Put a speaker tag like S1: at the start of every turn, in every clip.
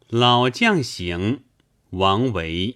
S1: 老将行，王维。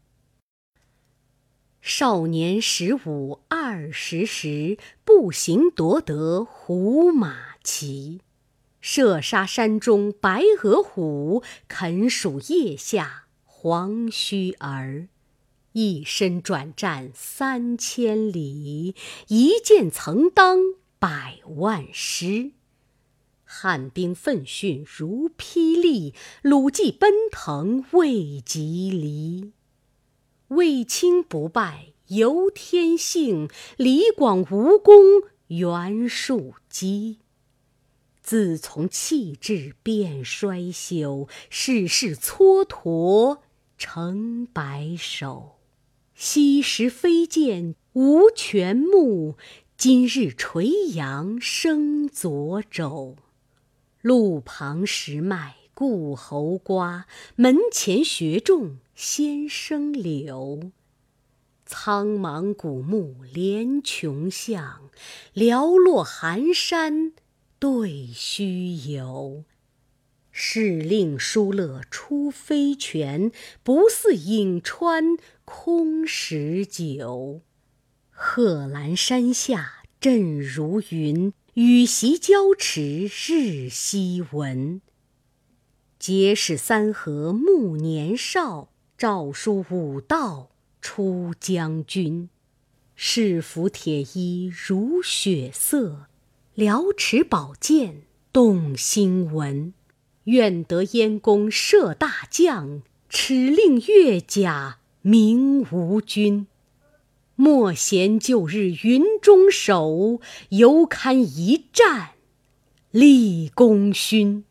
S2: 少年15、20时，步行夺得胡马骑。射杀山中白额虎，啃鼠腋下黄须儿。一身转战3000里，一剑曾当100万师。汉兵奋迅如霹雳，鲁骑奔腾未及离。卫青不败由天幸，李广无功袁术基。自从弃智便衰朽，世事蹉跎成白首。昔时飞剑无全目，今日垂杨生左肘。路旁拾麦顾侯瓜，门前学种先生柳。苍茫古木连穷巷，寥落寒山对虚有。市令疏勒出飞泉，不似颍川空识酒。贺兰山下阵如云，羽檄交驰日夕闻。结使三河暮年少，诏书武道出将军。士服铁衣如血色，辽持宝剑动心文。愿得燕公射大将，敕令越甲鸣吴军。莫嫌旧日云中守，犹堪一战立功勋。